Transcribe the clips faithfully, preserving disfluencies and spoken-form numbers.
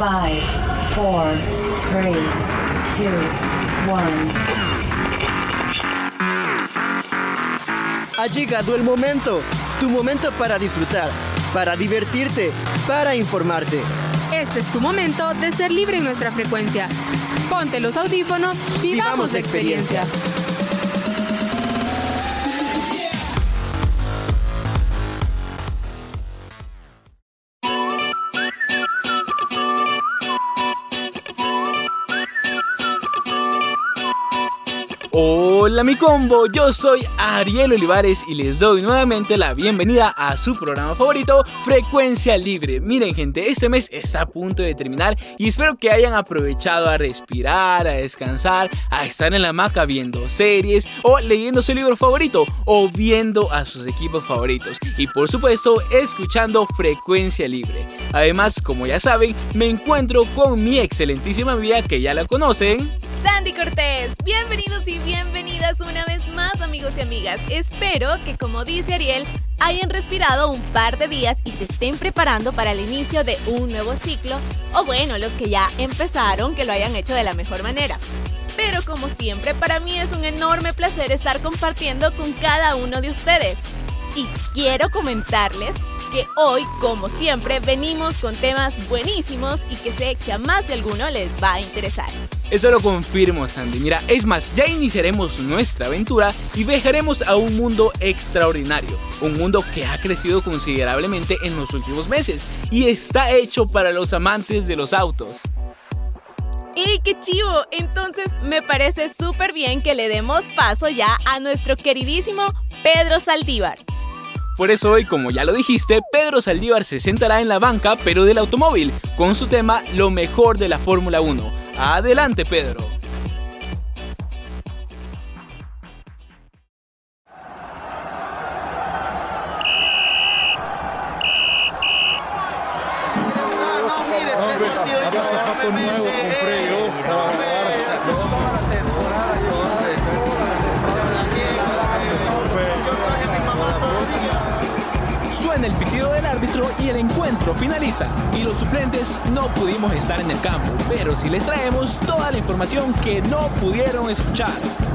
five, four, three, two, one. Ha llegado el momento, tu momento para disfrutar, para divertirte, para informarte. Este es tu momento de ser libre en nuestra frecuencia. Ponte los audífonos, vivamos, vivamos la experiencia. experiencia. Hola mi combo, yo soy Ariel Olivares y les doy nuevamente la bienvenida a su programa favorito, Frecuencia Libre. Miren gente, este mes está a punto de terminar y espero que hayan aprovechado a respirar, a descansar, a estar en la hamaca viendo series o leyendo su libro favorito o viendo a sus equipos favoritos y por supuesto escuchando Frecuencia Libre. Además, como ya saben, me encuentro con mi excelentísima amiga que ya la conocen, Sandy Cortés. Bienvenidos y bienvenidas una vez más, amigos y amigas. Espero que, como dice Ariel, hayan respirado un par de días y se estén preparando para el inicio de un nuevo ciclo, o bueno, los que ya empezaron, que lo hayan hecho de la mejor manera. Pero como siempre, para mí es un enorme placer estar compartiendo con cada uno de ustedes. Y quiero comentarles que hoy, como siempre, venimos con temas buenísimos y que sé que a más de alguno les va a interesar. Eso lo confirmo, Sandy. Mira, es más, ya iniciaremos nuestra aventura y viajaremos a un mundo extraordinario. Un mundo que ha crecido considerablemente en los últimos meses y está hecho para los amantes de los autos. ¡Ey, qué chivo! Entonces me parece súper bien que le demos paso ya a nuestro queridísimo Pedro Saldívar. Por eso hoy, como ya lo dijiste, Pedro Saldívar se sentará en la banca, pero del automóvil, con su tema Lo mejor de la Fórmula uno. Adelante, Pedro. Suena el pitido del árbitro y el encuentro finaliza. Y los suplentes no pudimos estar en el campo, pero sí les traemos toda la información que no pudieron escuchar.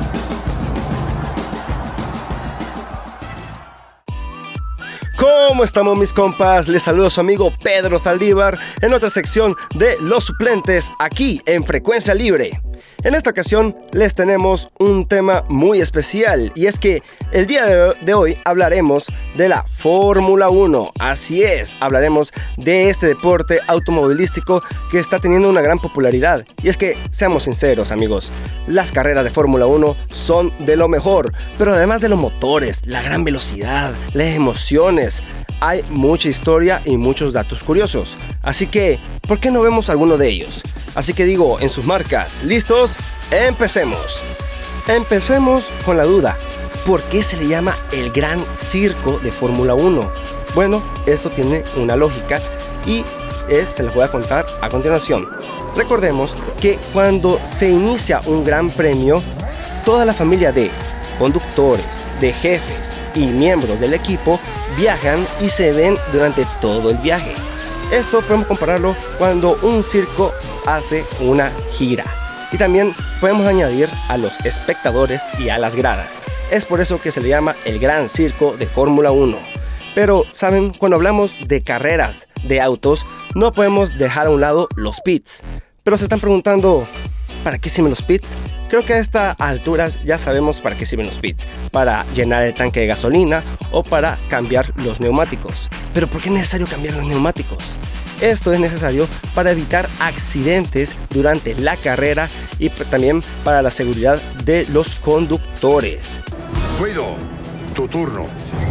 ¿Cómo estamos mis compas? Les saludo a su amigo Pedro Saldívar en otra sección de Los Suplentes aquí en Frecuencia Libre. En esta ocasión les tenemos un tema muy especial y es que el día de hoy hablaremos de la Fórmula uno. Así es, hablaremos de este deporte automovilístico que está teniendo una gran popularidad. Y es que, seamos sinceros amigos, las carreras de Fórmula uno son de lo mejor, pero además de los motores, la gran velocidad, las emociones, hay mucha historia y muchos datos curiosos. Así que, ¿por qué no vemos alguno de ellos? Así que digo, en sus marcas, ¿listos? ¡Empecemos! Empecemos con la duda. ¿Por qué se le llama el Gran Circo de Fórmula uno? Bueno, esto tiene una lógica y es, se les voy a contar a continuación. Recordemos que cuando se inicia un gran premio, toda la familia de conductores, de jefes y miembros del equipo viajan y se ven durante todo el viaje. Esto podemos compararlo cuando un circo hace una gira. Y también podemos añadir a los espectadores y a las gradas. Es por eso que se le llama el Gran Circo de Fórmula uno. Pero, ¿saben? Cuando hablamos de carreras de autos, no podemos dejar a un lado los pits. Pero se están preguntando, ¿para qué sirven los pits? Creo que a estas alturas ya sabemos para qué sirven los pits. Para llenar el tanque de gasolina o para cambiar los neumáticos. Pero ¿por qué es necesario cambiar los neumáticos? Esto es necesario para evitar accidentes durante la carrera y también para la seguridad de los conductores. Cuido, tu turno.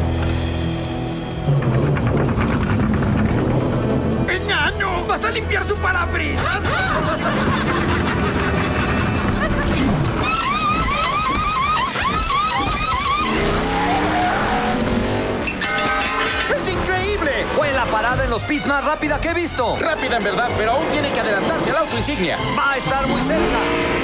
¡Enano! ¿Vas a limpiar su parabrisas? ¡Es increíble! Fue la parada en los pits más rápida que he visto. Rápida en verdad, pero aún tiene que adelantarse al auto insignia. Va a estar muy cerca.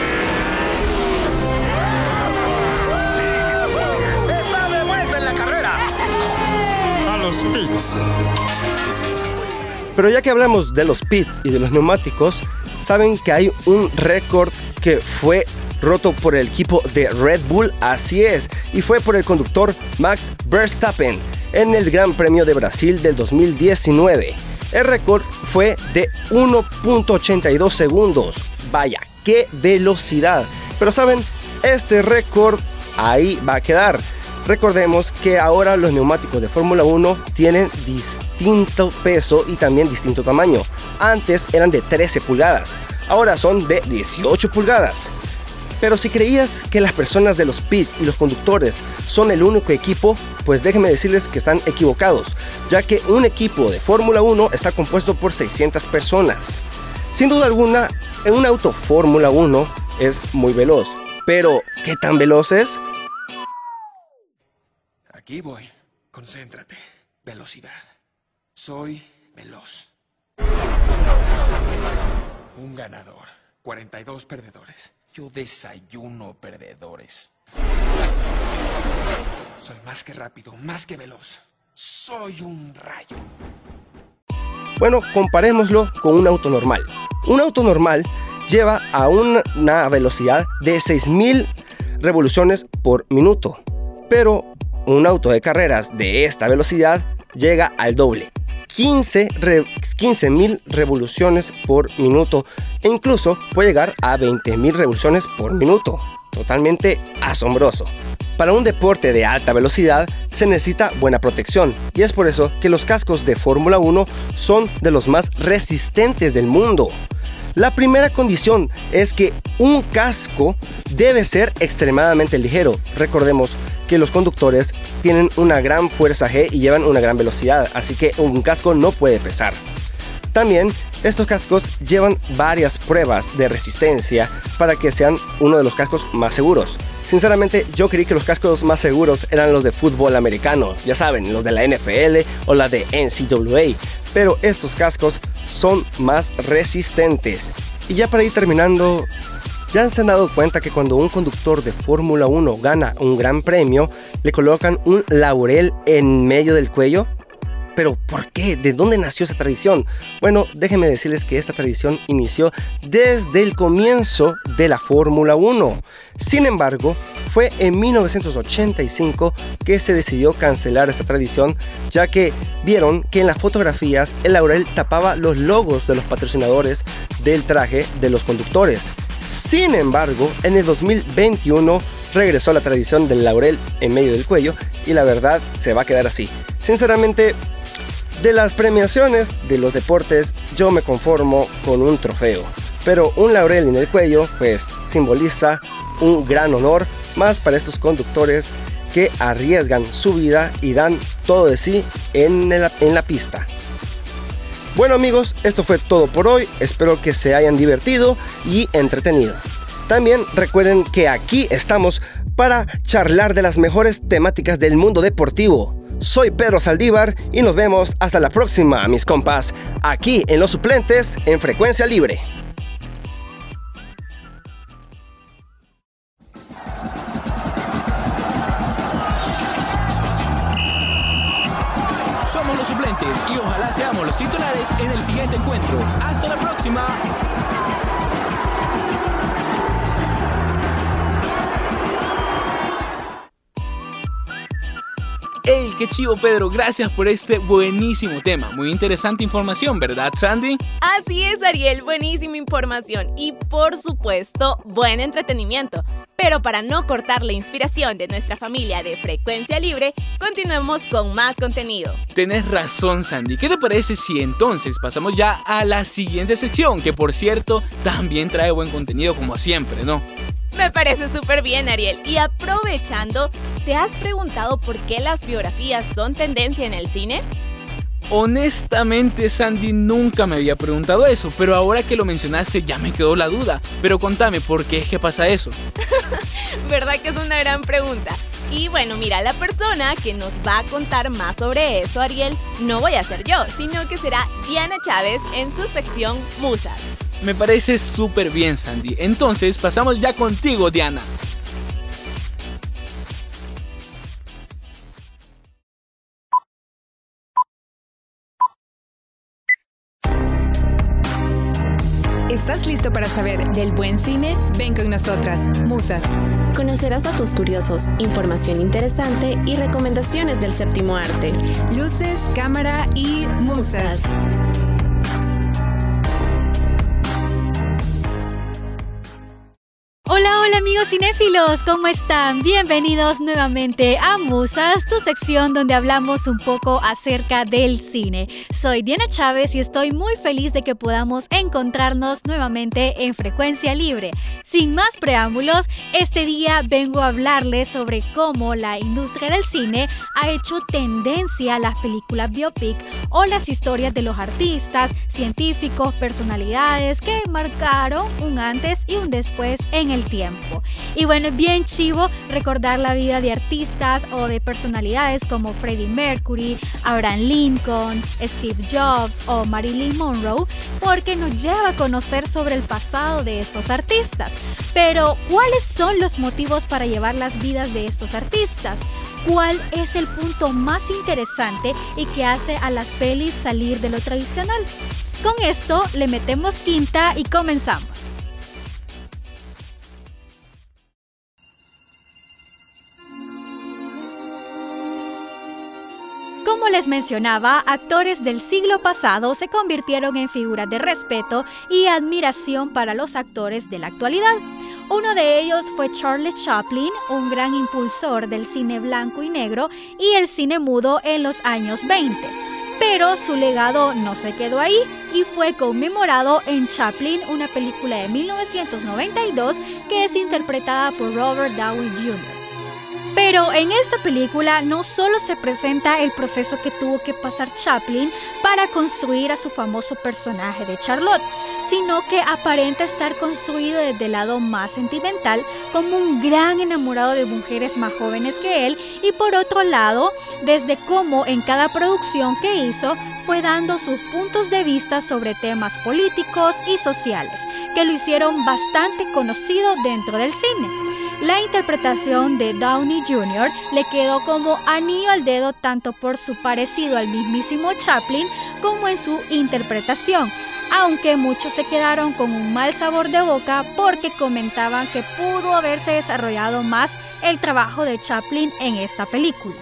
¡Está de vuelta en la carrera! A los pits. Pero ya que hablamos de los pits y de los neumáticos, saben que hay un récord que fue roto por el equipo de Red Bull, así es, y fue por el conductor Max Verstappen en el Gran Premio de Brasil del dos mil diecinueve. El récord fue de uno punto ochenta y dos segundos. Vaya, qué velocidad. Pero saben, este récord ahí va a quedar. Recordemos que ahora los neumáticos de Fórmula uno tienen distinto peso y también distinto tamaño. Antes eran de trece pulgadas, ahora son de dieciocho pulgadas. Pero si creías que las personas de los pits y los conductores son el único equipo, pues déjenme decirles que están equivocados, ya que un equipo de Fórmula uno está compuesto por seiscientas personas. Sin duda alguna, en un auto Fórmula uno es muy veloz, pero ¿qué tan veloz es? Aquí voy. Concéntrate. Velocidad. Soy veloz. Un ganador. cuarenta y dos perdedores. Yo desayuno perdedores. Soy más que rápido, más que veloz. Soy un rayo. Bueno, comparémoslo con un auto normal. Un auto normal lleva a una velocidad de seis mil revoluciones por minuto, pero un auto de carreras de esta velocidad llega al doble, quince mil revoluciones por minuto, e incluso puede llegar a veinte mil revoluciones por minuto. Totalmente asombroso. Para un deporte de alta velocidad se necesita buena protección, y es por eso que los cascos de Fórmula uno son de los más resistentes del mundo. La primera condición es que un casco debe ser extremadamente ligero. Recordemos que los conductores tienen una gran fuerza G y llevan una gran velocidad, así que un casco no puede pesar. También estos cascos llevan varias pruebas de resistencia para que sean uno de los cascos más seguros. Sinceramente, yo creí que los cascos más seguros eran los de fútbol americano, ya saben, los de la N F L o la de N C A A, pero estos cascos son más resistentes. Y ya para ir terminando, ¿ya se han dado cuenta que cuando un conductor de Fórmula uno gana un gran premio, le colocan un laurel en medio del cuello? ¿Pero por qué? ¿De dónde nació esa tradición? Bueno, déjenme decirles que esta tradición inició desde el comienzo de la Fórmula uno. Sin embargo, fue en mil novecientos ochenta y cinco que se decidió cancelar esta tradición, ya que vieron que en las fotografías el laurel tapaba los logos de los patrocinadores del traje de los conductores. Sin embargo, en el dos mil veintiuno regresó la tradición del laurel en medio del cuello y la verdad se va a quedar así. Sinceramente, de las premiaciones de los deportes yo me conformo con un trofeo, pero un laurel en el cuello pues simboliza un gran honor, más para estos conductores que arriesgan su vida y dan todo de sí en la, en la pista. Bueno amigos, esto fue todo por hoy, espero que se hayan divertido y entretenido. También recuerden que aquí estamos para charlar de las mejores temáticas del mundo deportivo. Soy Pedro Zaldívar y nos vemos hasta la próxima, mis compas, aquí en Los Suplentes en Frecuencia Libre. Somos Los Suplentes y ojalá seamos los titulares en el siguiente encuentro. ¡Hasta la próxima! ¡Ey, qué chivo, Pedro! Gracias por este buenísimo tema. Muy interesante información, ¿verdad, Sandy? Así es, Ariel. Buenísima información y, por supuesto, buen entretenimiento. Pero para no cortar la inspiración de nuestra familia de Frecuencia Libre, continuemos con más contenido. Tenés razón, Sandy. ¿Qué te parece si entonces pasamos ya a la siguiente sección? Que, por cierto, también trae buen contenido como siempre, ¿no? Me parece súper bien, Ariel. Y aprovechando, ¿te has preguntado por qué las biografías son tendencia en el cine? Honestamente, Sandy, nunca me había preguntado eso, pero ahora que lo mencionaste ya me quedó la duda. Pero contame, ¿por qué es que pasa eso? ¿Verdad que es una gran pregunta? Y bueno, mira, la persona que nos va a contar más sobre eso, Ariel, no voy a ser yo, sino que será Diana Chávez en su sección Musas. Me parece súper bien, Sandy. Entonces pasamos ya contigo, Diana. ¿Estás listo para saber del buen cine? Ven con nosotras, Musas. Conocerás datos curiosos, información interesante y recomendaciones del séptimo arte. Luces, cámara y Musas. Hola, hola amigos cinéfilos, ¿cómo están? Bienvenidos nuevamente a Musas, tu sección donde hablamos un poco acerca del cine. Soy Diana Chávez y estoy muy feliz de que podamos encontrarnos nuevamente en Frecuencia Libre. Sin más preámbulos, este día vengo a hablarles sobre cómo la industria del cine ha hecho tendencia a las películas biopic o las historias de los artistas, científicos, personalidades que marcaron un antes y un después en el tiempo. Y bueno, es bien chivo recordar la vida de artistas o de personalidades como Freddie Mercury, Abraham Lincoln, Steve Jobs o Marilyn Monroe, porque nos lleva a conocer sobre el pasado de estos artistas. Pero, ¿cuáles son los motivos para llevar las vidas de estos artistas? ¿Cuál es el punto más interesante y que hace a las pelis salir de lo tradicional? Con esto le metemos quinta y comenzamos. Como les mencionaba, actores del siglo pasado se convirtieron en figuras de respeto y admiración para los actores de la actualidad. Uno de ellos fue Charles Chaplin, un gran impulsor del cine blanco y negro y el cine mudo en los años veinte. Pero su legado no se quedó ahí y fue conmemorado en Chaplin, una película de mil novecientos noventa y dos que es interpretada por Robert Downey junior Pero en esta película no solo se presenta el proceso que tuvo que pasar Chaplin para construir a su famoso personaje de Charlotte, sino que aparenta estar construido desde el lado más sentimental como un gran enamorado de mujeres más jóvenes que él y por otro lado, desde cómo en cada producción que hizo fue dando sus puntos de vista sobre temas políticos y sociales que lo hicieron bastante conocido dentro del cine. La interpretación de Downey junior le quedó como anillo al dedo tanto por su parecido al mismísimo Chaplin como en su interpretación, aunque muchos se quedaron con un mal sabor de boca porque comentaban que pudo haberse desarrollado más el trabajo de Chaplin en esta película.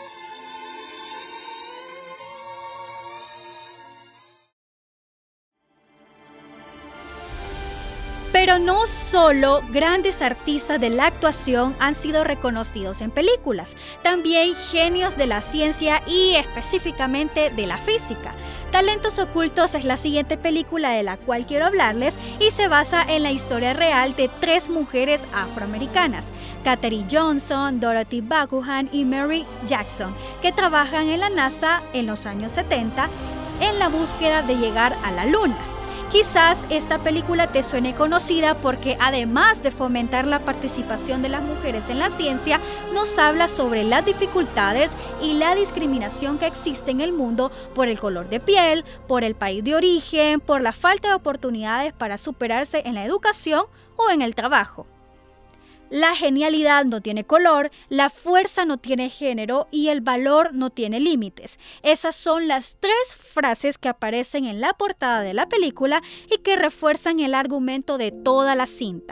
Pero no solo grandes artistas de la actuación han sido reconocidos en películas, también genios de la ciencia y específicamente de la física. Talentos Ocultos es la siguiente película de la cual quiero hablarles y se basa en la historia real de tres mujeres afroamericanas, Katherine Johnson, Dorothy Vaughan y Mary Jackson, que trabajan en la NASA en los años setenta en la búsqueda de llegar a la Luna. Quizás esta película te suene conocida porque además de fomentar la participación de las mujeres en la ciencia, nos habla sobre las dificultades y la discriminación que existe en el mundo por el color de piel, por el país de origen, por la falta de oportunidades para superarse en la educación o en el trabajo. La genialidad no tiene color, la fuerza no tiene género y el valor no tiene límites. Esas son las tres frases que aparecen en la portada de la película y que refuerzan el argumento de toda la cinta.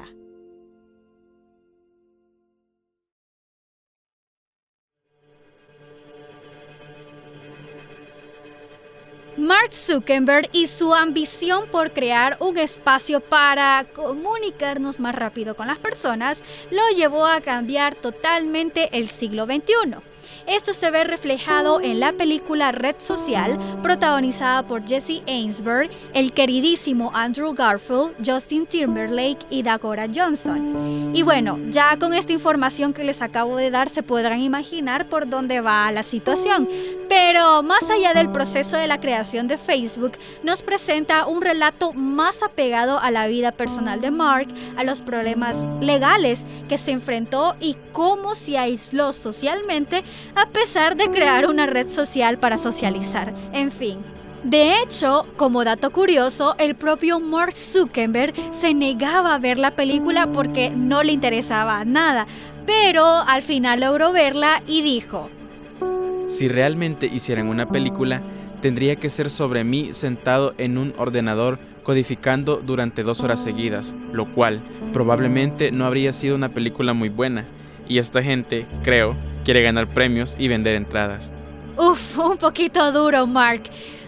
Mark Zuckerberg y su ambición por crear un espacio para comunicarnos más rápido con las personas lo llevó a cambiar totalmente el siglo veintiuno. Esto se ve reflejado en la película Red Social, protagonizada por Jesse Eisenberg, el queridísimo Andrew Garfield, Justin Timberlake y Dakota Johnson. Y bueno, ya con esta información que les acabo de dar se podrán imaginar por dónde va la situación. Pero más allá del proceso de la creación de Facebook, nos presenta un relato más apegado a la vida personal de Mark, a los problemas legales que se enfrentó y cómo se aisló socialmente a pesar de crear una red social para socializar. En fin. De hecho, como dato curioso, el propio Mark Zuckerberg se negaba a ver la película porque no le interesaba nada, pero al final logró verla y dijo: si realmente hicieran una película, tendría que ser sobre mí sentado en un ordenador codificando durante dos horas seguidas, lo cual probablemente no habría sido una película muy buena. Y esta gente, creo, quiere ganar premios y vender entradas. Uf, un poquito duro, Mark.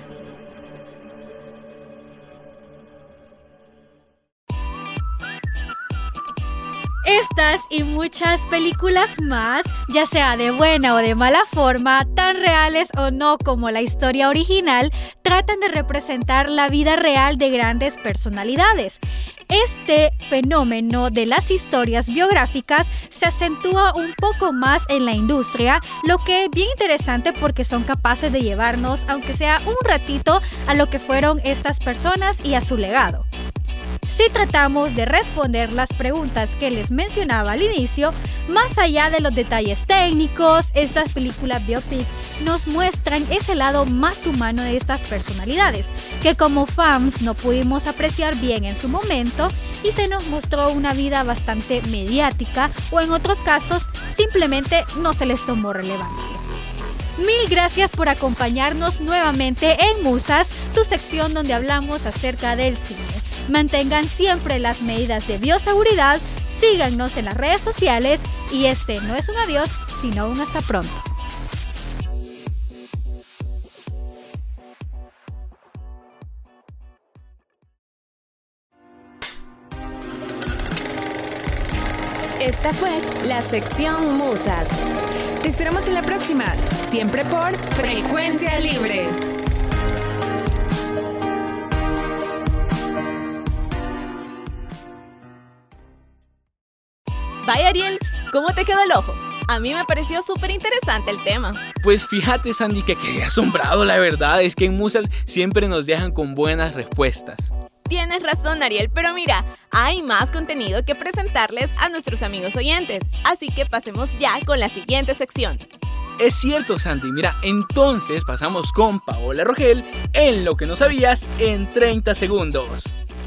Estas y muchas películas más, ya sea de buena o de mala forma, tan reales o no como la historia original, tratan de representar la vida real de grandes personalidades. Este fenómeno de las historias biográficas se acentúa un poco más en la industria, lo que es bien interesante porque son capaces de llevarnos, aunque sea un ratito, a lo que fueron estas personas y a su legado. Si tratamos de responder las preguntas que les mencionaba al inicio, más allá de los detalles técnicos, estas películas biopic nos muestran ese lado más humano de estas personalidades, que como fans no pudimos apreciar bien en su momento y se nos mostró una vida bastante mediática o en otros casos simplemente no se les tomó relevancia. Mil gracias por acompañarnos nuevamente en Musas, tu sección donde hablamos acerca del cine. Mantengan siempre las medidas de bioseguridad, síganos en las redes sociales y este no es un adiós, sino un hasta pronto. Esta fue la sección Musas. Te esperamos en la próxima, siempre por Frecuencia Libre. Vaya, Ariel, ¿cómo te quedó el ojo? A mí me pareció súper interesante el tema. Pues fíjate, Sandy, que quedé asombrado, la verdad. Es que en Musas siempre nos dejan con buenas respuestas. Tienes razón, Ariel, pero mira, hay más contenido que presentarles a nuestros amigos oyentes. Así que pasemos ya con la siguiente sección. Es cierto, Sandy. Mira, entonces pasamos con Paola Rogel en Lo que no sabías en treinta segundos.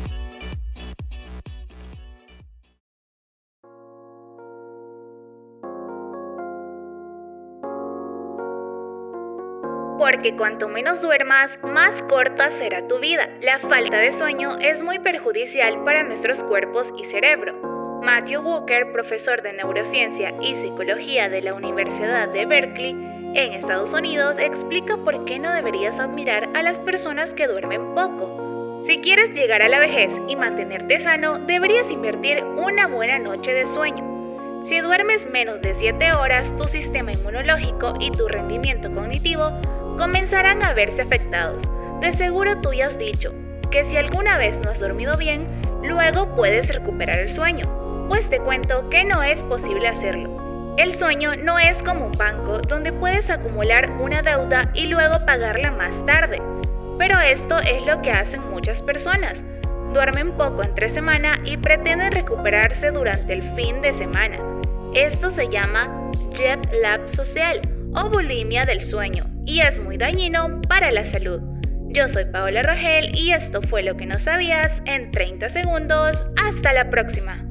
Porque cuanto menos duermas, más corta será tu vida. La falta de sueño es muy perjudicial para nuestros cuerpos y cerebro. Matthew Walker, profesor de neurociencia y psicología de la Universidad de Berkeley, en Estados Unidos, explica por qué no deberías admirar a las personas que duermen poco. Si quieres llegar a la vejez y mantenerte sano, deberías invertir una buena noche de sueño. Si duermes menos de siete horas, tu sistema inmunológico y tu rendimiento cognitivo comenzarán a verse afectados. De seguro tú ya has dicho que si alguna vez no has dormido bien, luego puedes recuperar el sueño. Pues te cuento que no es posible hacerlo. El sueño no es como un banco donde puedes acumular una deuda y luego pagarla más tarde. Pero esto es lo que hacen muchas personas. Duermen poco entre semana y pretenden recuperarse durante el fin de semana. Esto se llama jet lag social o bulimia del sueño y es muy dañino para la salud. Yo soy Paola Rogel y esto fue Lo que no sabías en treinta segundos. Hasta la próxima.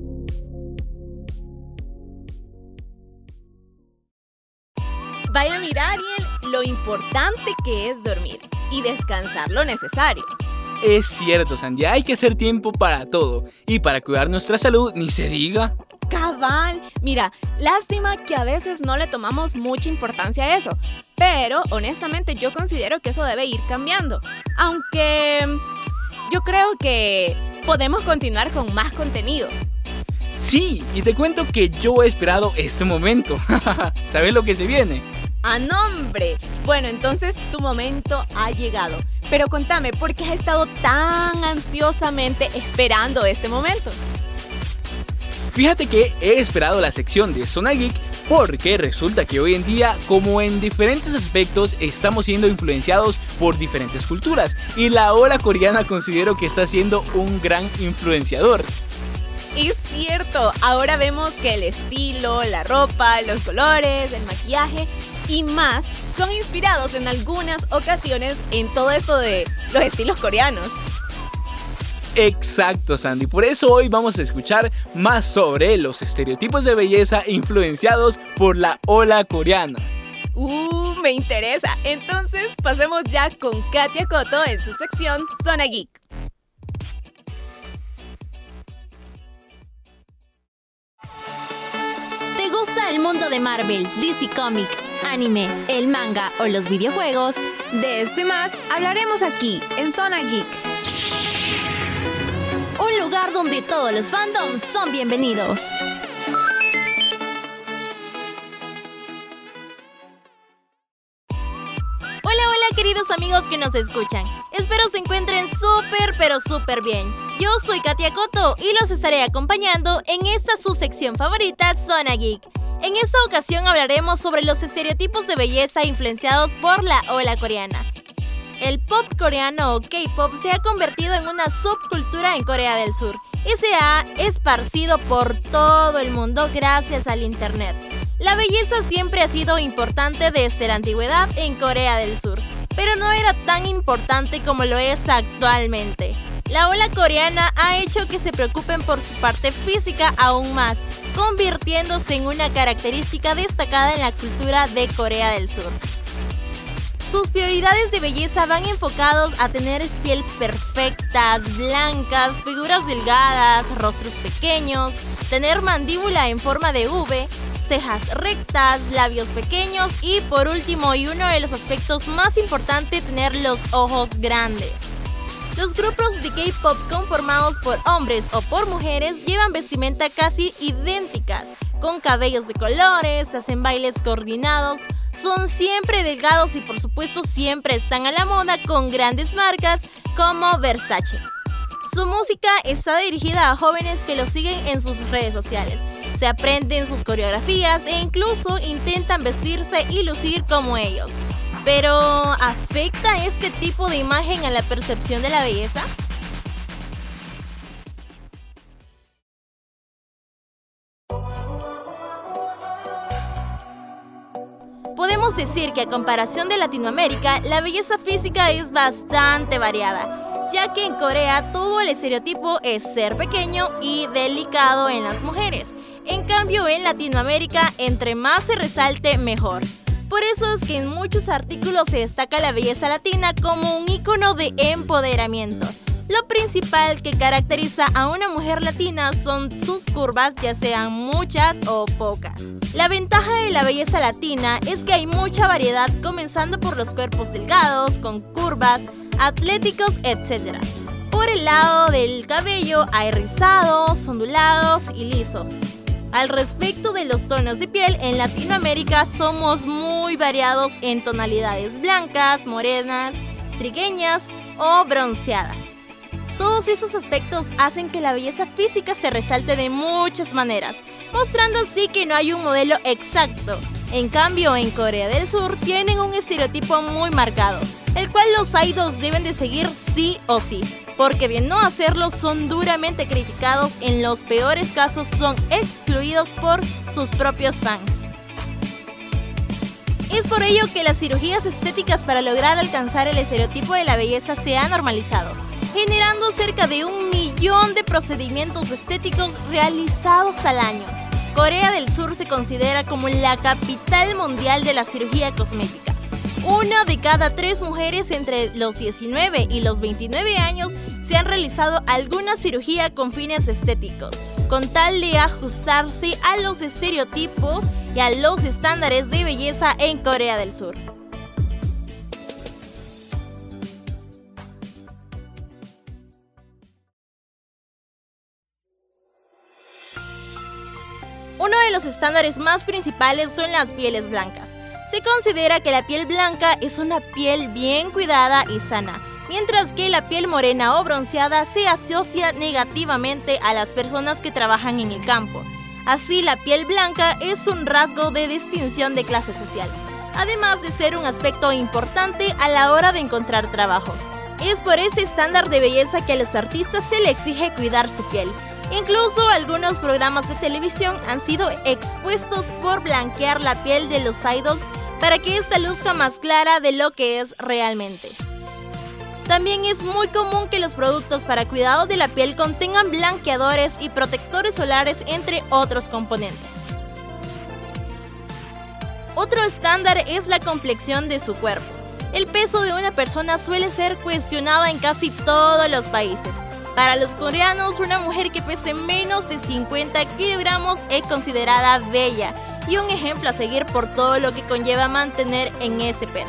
Vaya, mira, Ariel, lo importante que es dormir y descansar lo necesario. Es cierto, Sandy, hay que hacer tiempo para todo y para cuidar nuestra salud, ni se diga. Cabal, mira, lástima que a veces no le tomamos mucha importancia a eso, pero honestamente yo considero que eso debe ir cambiando, aunque yo creo que podemos continuar con más contenido. Sí, y te cuento que yo he esperado este momento. ¿Sabes lo que se viene? ¡Ah, no, hombre! Bueno, entonces tu momento ha llegado. Pero contame, ¿por qué has estado tan ansiosamente esperando este momento? Fíjate que he esperado la sección de Zona Geek porque resulta que hoy en día, como en diferentes aspectos, estamos siendo influenciados por diferentes culturas y la ola coreana considero que está siendo un gran influenciador. Es cierto, ahora vemos que el estilo, la ropa, los colores, el maquillaje y más son inspirados en algunas ocasiones en todo esto de los estilos coreanos. Exacto, Sandy. Por eso hoy vamos a escuchar más sobre los estereotipos de belleza influenciados por la ola coreana. Uh, me interesa. Entonces pasemos ya con Katia Cotto en su sección Zona Geek. gusta el mundo de Marvel, D C Comics, anime, el manga o los videojuegos? De esto y más hablaremos aquí, en Zona Geek. Un lugar donde todos los fandoms son bienvenidos. Hola, hola queridos amigos que nos escuchan. Espero se encuentren súper, pero súper bien. Yo soy Katia Coto y los estaré acompañando en esta su sección favorita, Zona Geek. En esta ocasión hablaremos sobre los estereotipos de belleza influenciados por la ola coreana. El pop coreano o K-pop se ha convertido en una subcultura en Corea del Sur y se ha esparcido por todo el mundo gracias al internet. La belleza siempre ha sido importante desde la antigüedad en Corea del Sur, pero no era tan importante como lo es actualmente. La ola coreana ha hecho que se preocupen por su parte física aún más, convirtiéndose en una característica destacada en la cultura de Corea del Sur. Sus prioridades de belleza van enfocados a tener piel perfectas, blancas, figuras delgadas, rostros pequeños, tener mandíbula en forma de V, cejas rectas, labios pequeños y por último y uno de los aspectos más importantes, tener los ojos grandes. Los grupos de K-pop conformados por hombres o por mujeres llevan vestimenta casi idénticas, con cabellos de colores, hacen bailes coordinados, son siempre delgados y por supuesto siempre están a la moda con grandes marcas como Versace. Su música está dirigida a jóvenes que lo siguen en sus redes sociales. Se aprenden sus coreografías e incluso intentan vestirse y lucir como ellos. Pero, ¿afecta este tipo de imagen a la percepción de la belleza? Podemos decir que a comparación de Latinoamérica, la belleza física es bastante variada, ya que en Corea todo el estereotipo es ser pequeño y delicado en las mujeres. En cambio, en Latinoamérica, entre más se resalte, mejor. Por eso es que en muchos artículos se destaca la belleza latina como un ícono de empoderamiento. Lo principal que caracteriza a una mujer latina son sus curvas, ya sean muchas o pocas. La ventaja de la belleza latina es que hay mucha variedad, comenzando por los cuerpos delgados, con curvas, atléticos, etcétera. Por el lado del cabello hay rizados, ondulados y lisos. Al respecto de los tonos de piel, en Latinoamérica somos muy variados en tonalidades blancas, morenas, trigueñas o bronceadas. Todos esos aspectos hacen que la belleza física se resalte de muchas maneras, mostrando así que no hay un modelo exacto. En cambio, en Corea del Sur tienen un estereotipo muy marcado, el cual los idols deben de seguir sí o sí, porque de no hacerlo son duramente criticados, en los peores casos son excluidos por sus propios fans. Es por ello que las cirugías estéticas para lograr alcanzar el estereotipo de la belleza se han normalizado, generando cerca de un millón de procedimientos estéticos realizados al año. Corea del Sur se considera como la capital mundial de la cirugía cosmética. Una de cada tres mujeres entre los diecinueve y los veintinueve años se han realizado alguna cirugía con fines estéticos, con tal de ajustarse a los estereotipos y a los estándares de belleza en Corea del Sur. Uno de los estándares más principales son las pieles blancas. Se considera que la piel blanca es una piel bien cuidada y sana, mientras que la piel morena o bronceada se asocia negativamente a las personas que trabajan en el campo. Así, la piel blanca es un rasgo de distinción de clase social, además de ser un aspecto importante a la hora de encontrar trabajo. Es por este estándar de belleza que a los artistas se les exige cuidar su piel. Incluso algunos programas de televisión han sido expuestos por blanquear la piel de los idols para que ésta luzca más clara de lo que es realmente. También es muy común que los productos para cuidado de la piel contengan blanqueadores y protectores solares, entre otros componentes. Otro estándar es la complexión de su cuerpo. El peso de una persona suele ser cuestionado en casi todos los países. Para los coreanos, una mujer que pese menos de cincuenta kilogramos es considerada bella, y un ejemplo a seguir por todo lo que conlleva mantener en ese peso.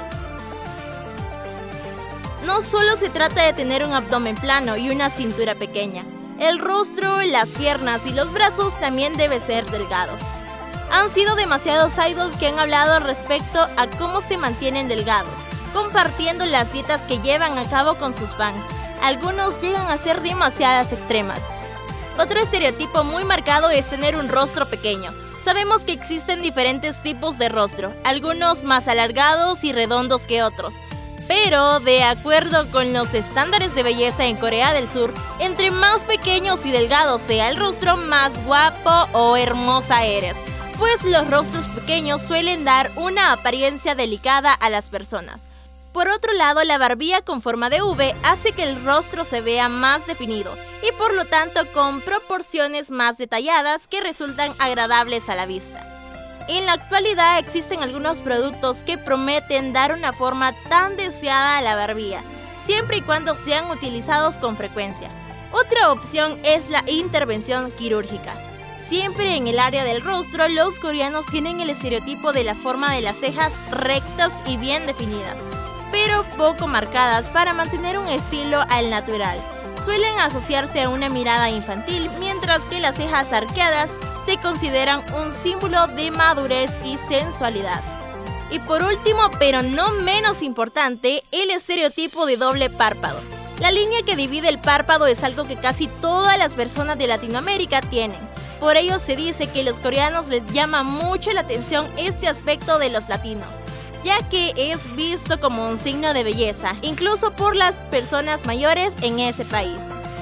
No solo se trata de tener un abdomen plano y una cintura pequeña, el rostro, las piernas y los brazos también deben ser delgados. Han sido demasiados idols que han hablado respecto a cómo se mantienen delgados, compartiendo las dietas que llevan a cabo con sus fans. Algunos llegan a ser demasiadas extremas. Otro estereotipo muy marcado es tener un rostro pequeño. Sabemos que existen diferentes tipos de rostro, algunos más alargados y redondos que otros. Pero, de acuerdo con los estándares de belleza en Corea del Sur, entre más pequeños y delgados sea el rostro, más guapo o hermosa eres, pues los rostros pequeños suelen dar una apariencia delicada a las personas. Por otro lado, la barbilla con forma de V hace que el rostro se vea más definido y por lo tanto con proporciones más detalladas que resultan agradables a la vista. En la actualidad existen algunos productos que prometen dar una forma tan deseada a la barbilla, siempre y cuando sean utilizados con frecuencia. Otra opción es la intervención quirúrgica. Siempre en el área del rostro, los coreanos tienen el estereotipo de la forma de las cejas rectas y bien definidas, pero poco marcadas para mantener un estilo al natural. Suelen asociarse a una mirada infantil, mientras que las cejas arqueadas se consideran un símbolo de madurez y sensualidad. Y por último, pero no menos importante, el estereotipo de doble párpado. La línea que divide el párpado es algo que casi todas las personas de Latinoamérica tienen. Por ello se dice que a los coreanos les llama mucho la atención este aspecto de los latinos, ya que es visto como un signo de belleza, incluso por las personas mayores en ese país.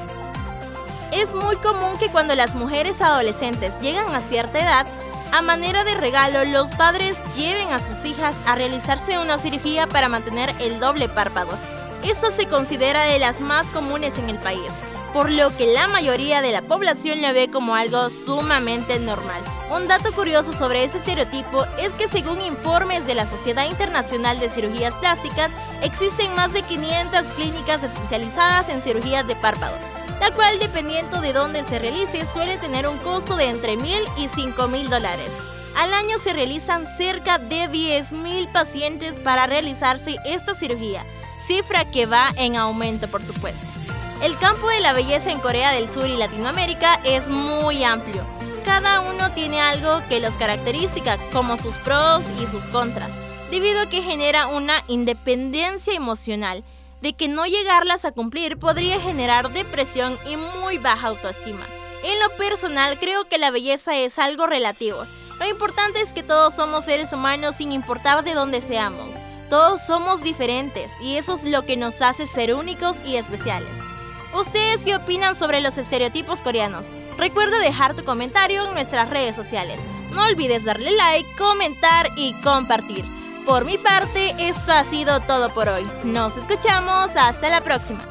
Es muy común que cuando las mujeres adolescentes llegan a cierta edad, a manera de regalo, los padres lleven a sus hijas a realizarse una cirugía para mantener el doble párpado. Esta se considera de las más comunes en el país, por lo que la mayoría de la población la ve como algo sumamente normal. Un dato curioso sobre este estereotipo es que según informes de la Sociedad Internacional de Cirugías Plásticas, existen más de quinientas clínicas especializadas en cirugías de párpado, la cual, dependiendo de dónde se realice, suele tener un costo de entre mil y cinco mil dólares. Al año se realizan cerca de diez mil pacientes para realizarse esta cirugía, cifra que va en aumento, por supuesto. El campo de la belleza en Corea del Sur y Latinoamérica es muy amplio. Cada uno tiene algo que los caracteriza, como sus pros y sus contras, debido a que genera una independencia emocional, de que no llegarlas a cumplir podría generar depresión y muy baja autoestima. En lo personal, creo que la belleza es algo relativo. Lo importante es que todos somos seres humanos sin importar de dónde seamos. Todos somos diferentes y eso es lo que nos hace ser únicos y especiales. ¿Ustedes qué opinan sobre los estereotipos coreanos? Recuerda dejar tu comentario en nuestras redes sociales. No olvides darle like, comentar y compartir. Por mi parte, esto ha sido todo por hoy. Nos escuchamos hasta la próxima.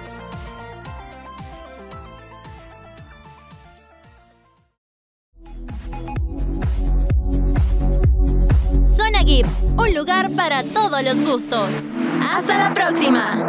Zona Geek, un lugar para todos los gustos. ¡Hasta la próxima!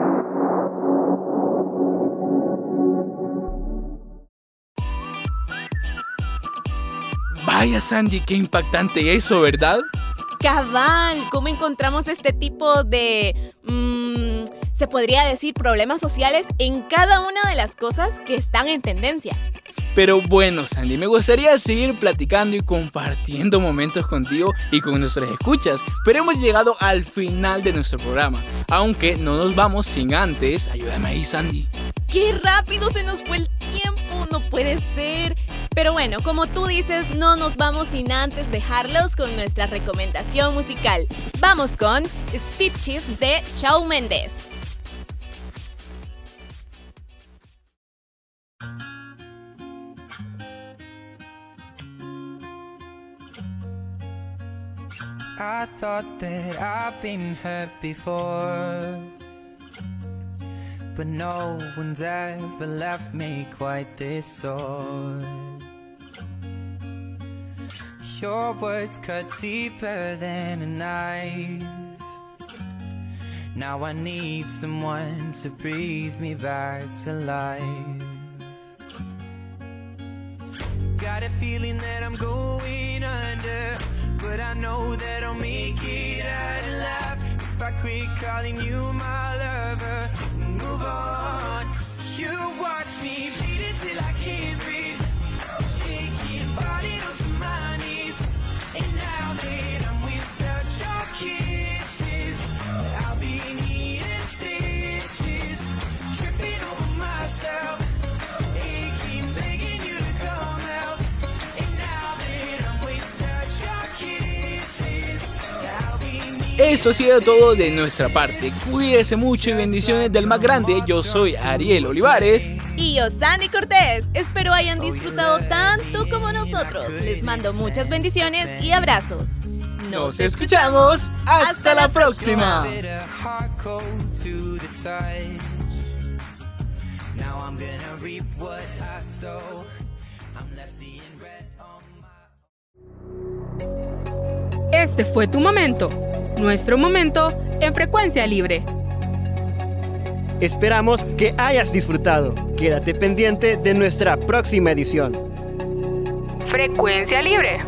Vaya Sandy, qué impactante eso, ¿verdad? Cabal, ¿cómo encontramos este tipo de, mmm, se podría decir, problemas sociales en cada una de las cosas que están en tendencia? Pero bueno, Sandy, me gustaría seguir platicando y compartiendo momentos contigo y con nuestras escuchas, pero hemos llegado al final de nuestro programa, aunque no nos vamos sin antes, ayúdame ahí, Sandy. ¡Qué rápido se nos fue el tiempo! No puede ser. Pero bueno, como tú dices, no nos vamos sin antes dejarlos con nuestra recomendación musical. Vamos con Stitches de Shawn Mendes. I thought that I've been hurt before, but no one's ever left me quite this sore. Your words cut deeper than a knife. Now I need someone to breathe me back to life. Got a feeling that I'm going under, but I know that I'll make it out alive if I quit calling you my lover and move on. You watch me bleed until I can't breathe, shaking, falling onto my knees. And now that I'm without your kisses, I'll be needing stitches, tripping over myself, aching, begging you to come out. And now that I'm without your kisses, I'll be needing. Esto ha sido todo de nuestra parte. Cuídese mucho y bendiciones del más grande. Yo soy Ariel Olivares. Y yo, Sandy Cortés. Espero hayan disfrutado tanto como nosotros. Les mando muchas bendiciones y abrazos. Nos escuchamos. Hasta la próxima. Este fue tu momento. Nuestro momento en Frecuencia Libre. Esperamos que hayas disfrutado. Quédate pendiente de nuestra próxima edición. Frecuencia Libre.